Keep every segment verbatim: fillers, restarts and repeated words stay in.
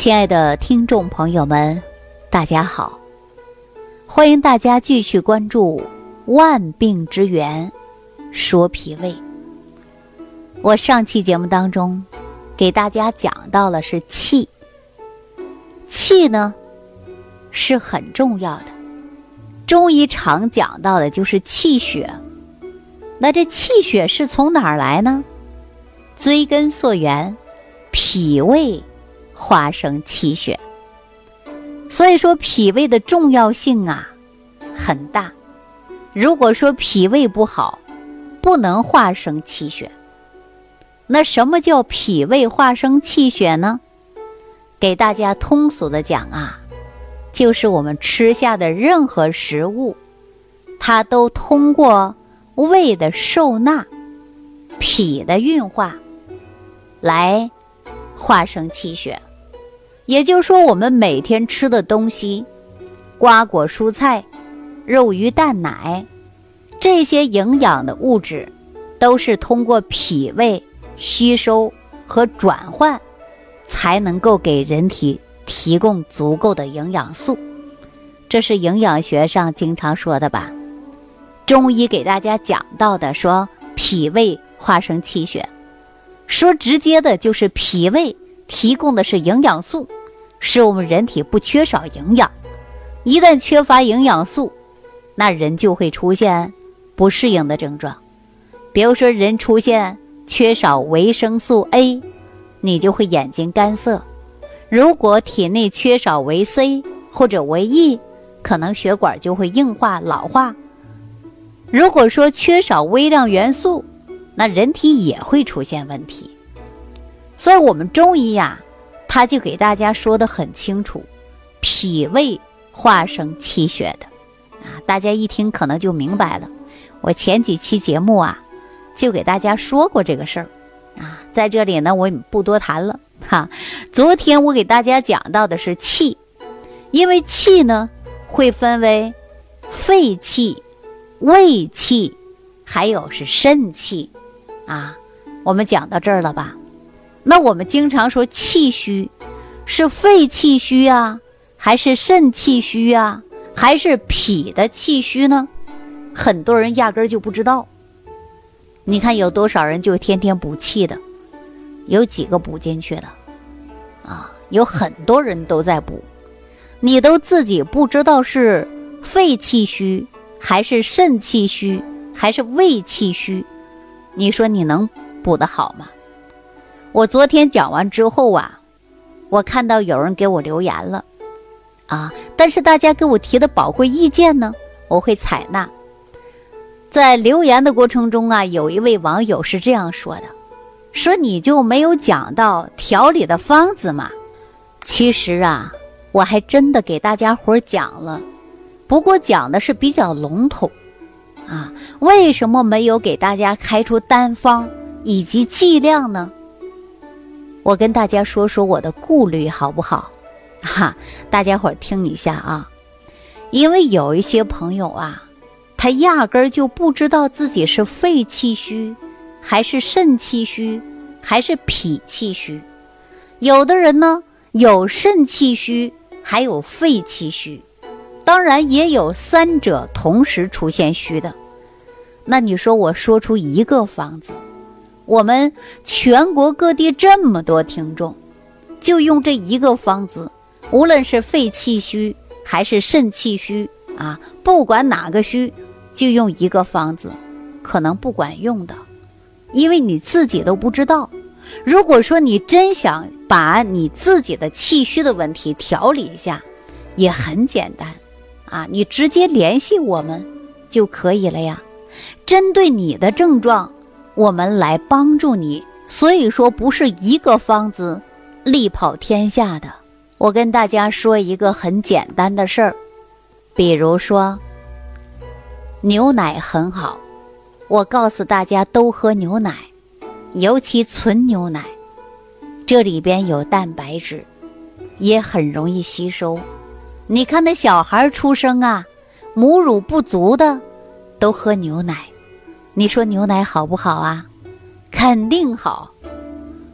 亲爱的听众朋友们，大家好，欢迎大家继续关注万病之源说脾胃。我上期节目当中给大家讲到了是气，气呢是很重要的，中医常讲到的就是气血。那这气血是从哪儿来呢？追根溯源，脾胃化生气血。所以说脾胃的重要性啊很大。如果说脾胃不好，不能化生气血。那什么叫脾胃化生气血呢？给大家通俗的讲啊，就是我们吃下的任何食物，它都通过胃的受纳、脾的运化来化生气血。也就是说，我们每天吃的东西，瓜果蔬菜、肉鱼蛋奶，这些营养的物质都是通过脾胃吸收和转换，才能够给人体提供足够的营养素。这是营养学上经常说的吧。中医给大家讲到的，说脾胃化生气血，说直接的就是脾胃提供的是营养素，使我们人体不缺少营养。一旦缺乏营养素，那人就会出现不适应的症状。比如说人出现缺少维生素 A， 你就会眼睛干涩。如果体内缺少维 C 或者维 E， 可能血管就会硬化老化。如果说缺少微量元素，那人体也会出现问题。所以我们中医呀、啊，他就给大家说得很清楚，脾胃化生气血的啊，大家一听可能就明白了。我前几期节目啊，就给大家说过这个事儿啊，在这里呢，我也不多谈了哈。昨天我给大家讲到的是气，因为气呢会分为肺气、胃气，还有是肾气啊。我们讲到这儿了吧？那我们经常说气虚，是肺气虚啊，还是肾气虚啊，还是脾的气虚呢？很多人压根儿就不知道。你看有多少人就天天补气的，有几个补进去的啊？有很多人都在补，你都自己不知道是肺气虚还是肾气虚还是胃气虚，你说你能补得好吗？我昨天讲完之后啊，我看到有人给我留言了啊，但是大家给我提的宝贵意见呢，我会采纳。在留言的过程中啊，有一位网友是这样说的，说你就没有讲到调理的方子吗？其实啊，我还真的给大家伙讲了，不过讲的是比较笼统啊。为什么没有给大家开出单方以及剂量呢？我跟大家说说我的顾虑好不好？哈，大家伙听一下啊。因为有一些朋友啊，他压根儿就不知道自己是肺气虚还是肾气虚还是脾气虚。有的人呢有肾气虚还有肺气虚，当然也有三者同时出现虚的。那你说我说出一个方子，我们全国各地这么多听众，就用这一个方子，无论是肺气虚还是肾气虚啊，不管哪个虚，就用一个方子，可能不管用的，因为你自己都不知道。如果说你真想把你自己的气虚的问题调理一下，也很简单啊，你直接联系我们就可以了呀。针对你的症状，我们来帮助你。所以说不是一个方子力跑天下的。我跟大家说一个很简单的事儿，比如说牛奶很好，我告诉大家都喝牛奶，尤其纯牛奶，这里边有蛋白质，也很容易吸收。你看那小孩出生啊，母乳不足的都喝牛奶，你说牛奶好不好啊？肯定好。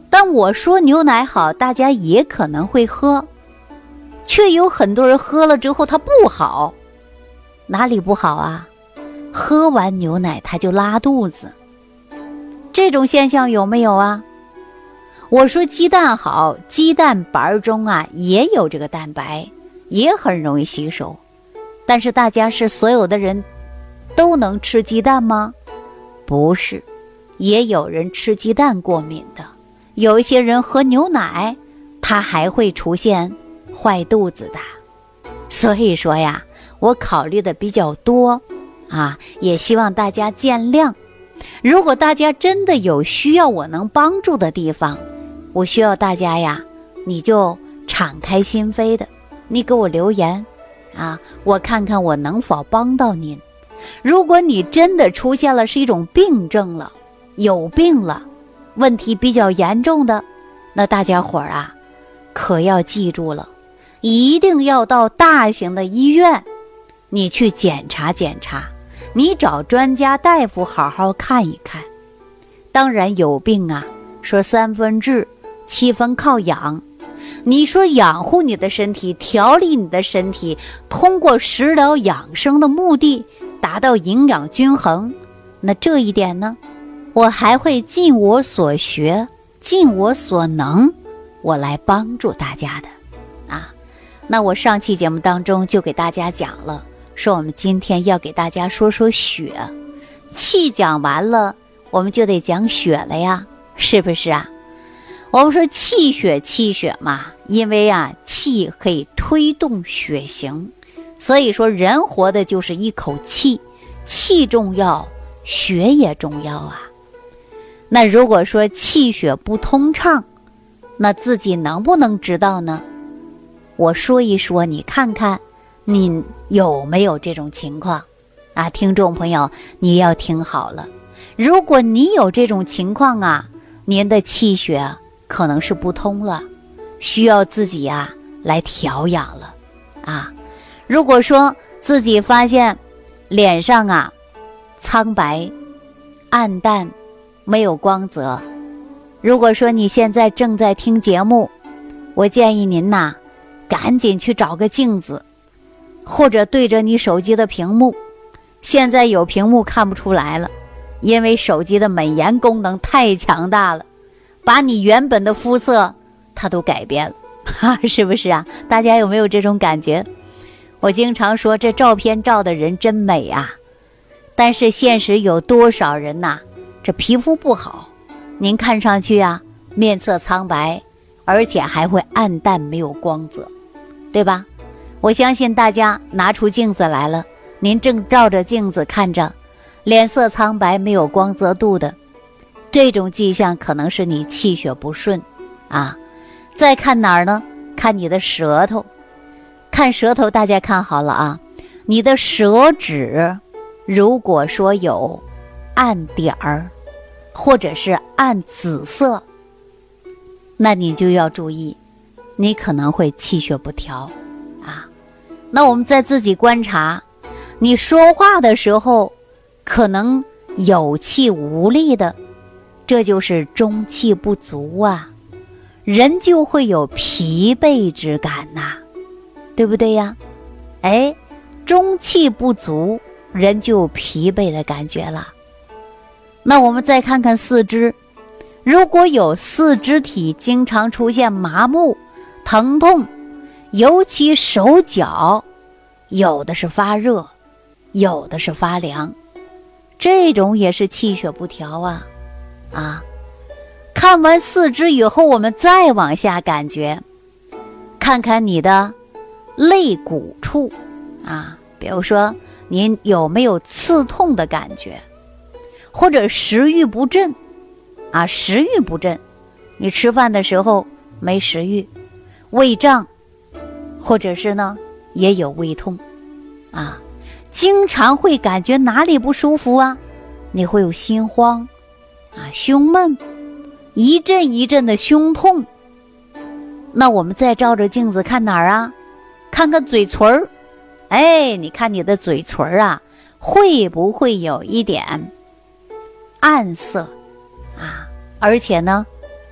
但我说牛奶好，大家也可能会喝，却有很多人喝了之后它不好。哪里不好啊？喝完牛奶他就拉肚子，这种现象有没有啊？我说鸡蛋好，鸡蛋白中啊也有这个蛋白，也很容易吸收。但是大家是所有的人都能吃鸡蛋吗？不是，也有人吃鸡蛋过敏的，有一些人喝牛奶他还会出现坏肚子的。所以说呀，我考虑的比较多啊，也希望大家见谅。如果大家真的有需要我能帮助的地方，我需要大家呀，你就敞开心扉的，你给我留言啊，我看看我能否帮到您。如果你真的出现了是一种病症了，有病了，问题比较严重的，那大家伙儿啊，可要记住了，一定要到大型的医院，你去检查检查，你找专家大夫好好看一看。当然有病啊，说三分治，七分靠养。你说养护你的身体，调理你的身体，通过食疗养生的目的达到营养均衡，那这一点呢，我还会尽我所学，尽我所能，我来帮助大家的啊。那我上期节目当中就给大家讲了，说我们今天要给大家说说血，气讲完了，我们就得讲血了呀，是不是啊？我们说气血气血嘛，因为啊气可以推动血行，所以说人活的就是一口气，气重要，血也重要啊。那如果说气血不通畅，那自己能不能知道呢？我说一说，你看看你有没有这种情况啊？听众朋友，你要听好了，如果你有这种情况啊，您的气血可能是不通了，需要自己啊来调养了啊。如果说自己发现脸上啊苍白、暗淡、没有光泽，如果说你现在正在听节目，我建议您呐，赶紧去找个镜子，或者对着你手机的屏幕，现在有屏幕看不出来了，因为手机的美颜功能太强大了，把你原本的肤色它都改变了，哈，是不是啊？大家有没有这种感觉？我经常说这照片照的人真美啊，但是现实有多少人呐，这皮肤不好，您看上去啊面色苍白，而且还会暗淡没有光泽，对吧？我相信大家拿出镜子来了，您正照着镜子看着，脸色苍白没有光泽度的，这种迹象可能是你气血不顺啊。再看哪儿呢？看你的舌头，看舌头，大家看好了啊，你的舌质如果说有暗点儿或者是暗紫色，那你就要注意，你可能会气血不调啊。那我们再自己观察，你说话的时候可能有气无力的，这就是中气不足啊，人就会有疲惫之感呐、啊，对不对呀？哎，中气不足，人就有疲惫的感觉了。那我们再看看四肢，如果有四肢体经常出现麻木、疼痛，尤其手脚有的是发热，有的是发凉，这种也是气血不调啊啊！看完四肢以后，我们再往下感觉，看看你的肋骨处啊，比如说您有没有刺痛的感觉，或者食欲不振啊，食欲不振，你吃饭的时候没食欲，胃胀，或者是呢也有胃痛啊，经常会感觉哪里不舒服啊，你会有心慌啊，胸闷，一阵一阵的胸痛。那我们再照着镜子看哪儿啊？看看嘴唇儿，哎，你看你的嘴唇啊，会不会有一点暗色啊？而且呢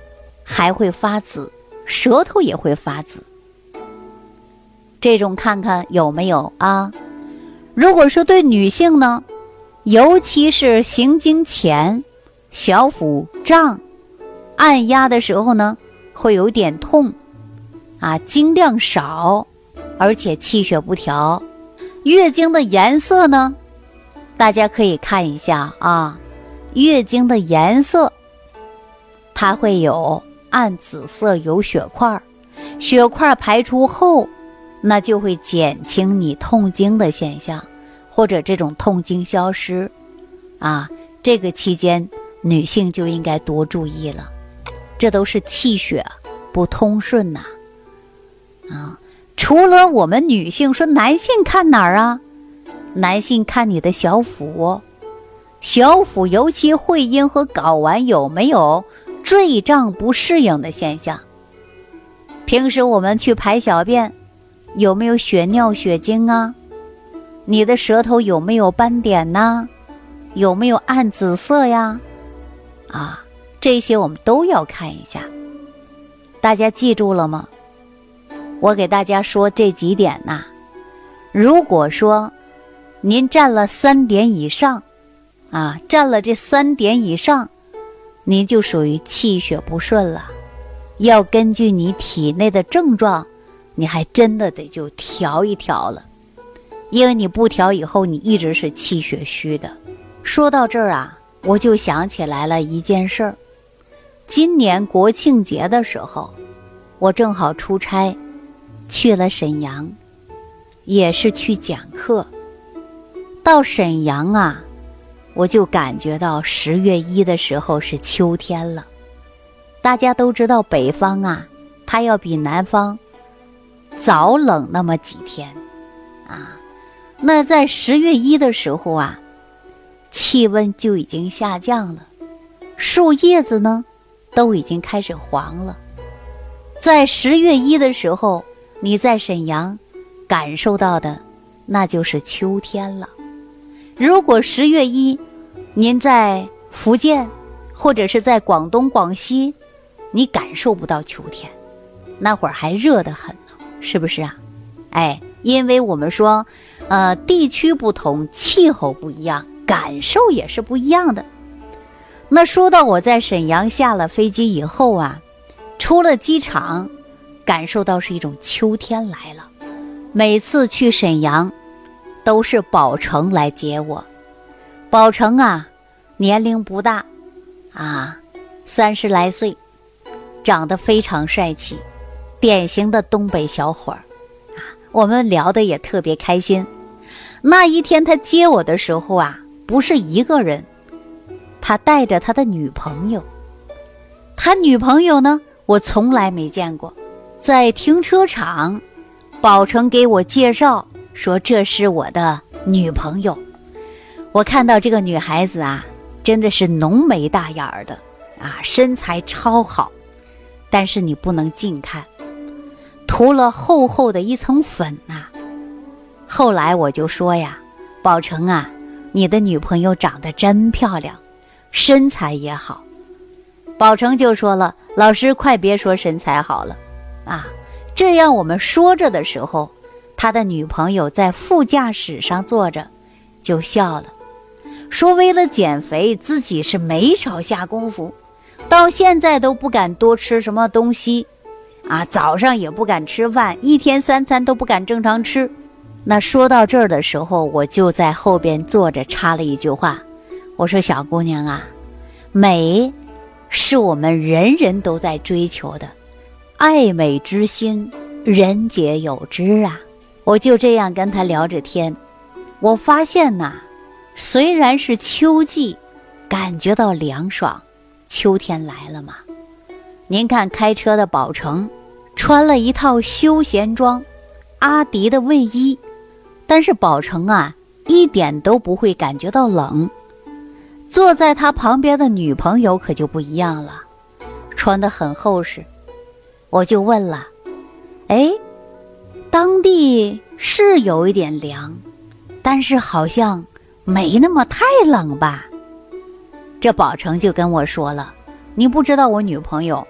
还会发紫，舌头也会发紫。这种看看有没有啊？如果说对女性呢，尤其是行经前小腹胀，按压的时候呢会有点痛啊，经量少，而且气血不调。月经的颜色呢，大家可以看一下啊，月经的颜色它会有暗紫色，有血块，血块排出后，那就会减轻你痛经的现象，或者这种痛经消失啊。这个期间女性就应该多注意了，这都是气血不通顺呐。啊，除了我们女性，说男性看哪儿啊？男性看你的小腹，小腹尤其会阴和睾丸有没有坠胀不适应的现象。平时我们去排小便，有没有血尿血精啊？你的舌头有没有斑点呐？有没有暗紫色呀？啊，这些我们都要看一下。大家记住了吗？我给大家说这几点呐，如果说您占了三点以上啊，占了这三点以上，您就属于气血不顺了。要根据你体内的症状，你还真的得就调一调了，因为你不调以后，你一直是气血虚的。说到这儿啊，我就想起来了一件事儿。今年国庆节的时候，我正好出差去了沈阳，也是去讲课。到沈阳啊，我就感觉到十月一的时候是秋天了。大家都知道北方啊，它要比南方早冷那么几天啊。那在十月一的时候啊，气温就已经下降了，树叶子呢都已经开始黄了。在十月一的时候，你在沈阳感受到的那就是秋天了。如果十月一您在福建或者是在广东广西，你感受不到秋天，那会儿还热得很呢，是不是啊？哎，因为我们说呃，地区不同，气候不一样，感受也是不一样的。那说到我在沈阳下了飞机以后啊，出了机场，感受到是一种秋天来了。每次去沈阳都是宝成来接我。宝成啊，年龄不大啊，三十来岁，长得非常帅气，典型的东北小伙儿啊。我们聊得也特别开心。那一天他接我的时候啊，不是一个人，他带着他的女朋友。他女朋友呢，我从来没见过。在停车场，宝成给我介绍说这是我的女朋友。我看到这个女孩子啊，真的是浓眉大眼儿的啊，身材超好，但是你不能近看，涂了厚厚的一层粉啊。后来我就说呀，宝成啊，你的女朋友长得真漂亮，身材也好。宝成就说了，老师快别说身材好了啊。这样我们说着的时候，他的女朋友在副驾驶上坐着就笑了，说为了减肥自己是没少下功夫，到现在都不敢多吃什么东西啊，早上也不敢吃饭，一天三餐都不敢正常吃。那说到这儿的时候，我就在后边坐着插了一句话，我说小姑娘啊，美是我们人人都在追求的，爱美之心人皆有之啊。我就这样跟她聊着天，我发现呐、啊，虽然是秋季，感觉到凉爽，秋天来了嘛。您看开车的宝成穿了一套休闲装，阿迪的卫衣，但是宝成啊一点都不会感觉到冷。坐在他旁边的女朋友可就不一样了，穿得很厚实。我就问了，哎，当地是有一点凉，但是好像没那么太冷吧。这宝成就跟我说了，你不知道我女朋友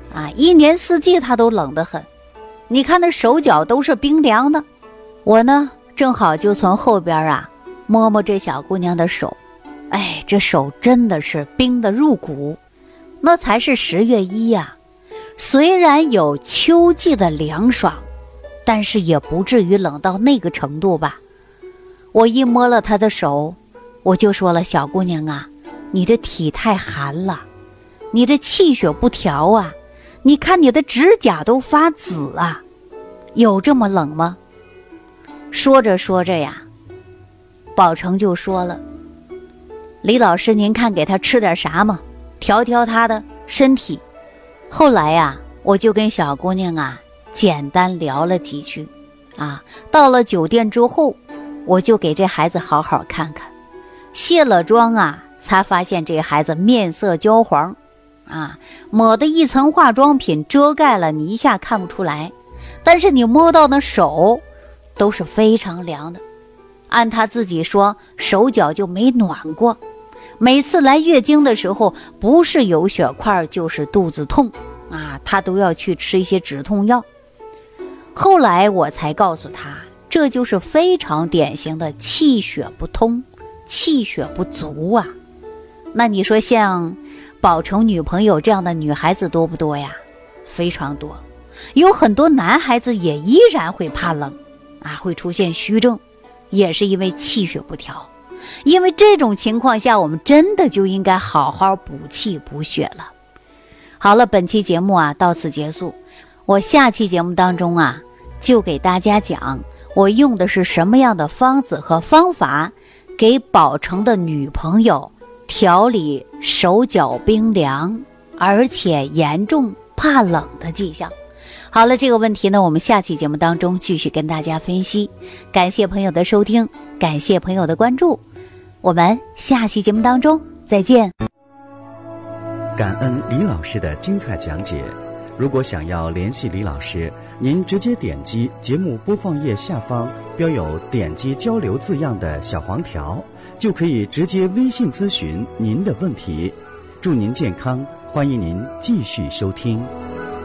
啊，一年四季它都冷得很，你看那手脚都是冰凉的。我呢正好就从后边啊摸摸这小姑娘的手，哎，这手真的是冰得入骨。那才是十月一呀、啊，虽然有秋季的凉爽，但是也不至于冷到那个程度吧。我一摸了她的手，我就说了，小姑娘啊，你这体太寒了，你这气血不调啊，你看你的指甲都发紫啊，有这么冷吗？说着说着呀，宝成就说了，李老师您看给他吃点啥吗？调调他的身体。后来呀，我就跟小姑娘啊简单聊了几句啊，到了酒店之后，我就给这孩子好好看看。卸了妆啊，才发现这孩子面色焦黄啊，抹的一层化妆品遮盖了，你一下看不出来，但是你摸到那手都是非常凉的。按他自己说，手脚就没暖过，每次来月经的时候，不是有血块就是肚子痛啊，他都要去吃一些止痛药。后来我才告诉他，这就是非常典型的气血不通，气血不足啊。那你说像宝成女朋友这样的女孩子多不多呀？非常多。有很多男孩子也依然会怕冷啊，会出现虚症，也是因为气血不调。因为这种情况下，我们真的就应该好好补气补血了。好了，本期节目啊到此结束。我下期节目当中啊，就给大家讲我用的是什么样的方子和方法，给宝成的女朋友调理手脚冰凉而且严重怕冷的迹象。好了，这个问题呢，我们下期节目当中继续跟大家分析。感谢朋友的收听，感谢朋友的关注，我们下期节目当中再见。 感恩李老师的精彩讲解。如果想要联系李老师，您直接点击节目播放页下方标有点击交流字样的小黄条，就可以直接微信咨询您的问题。祝您健康，欢迎您继续收听。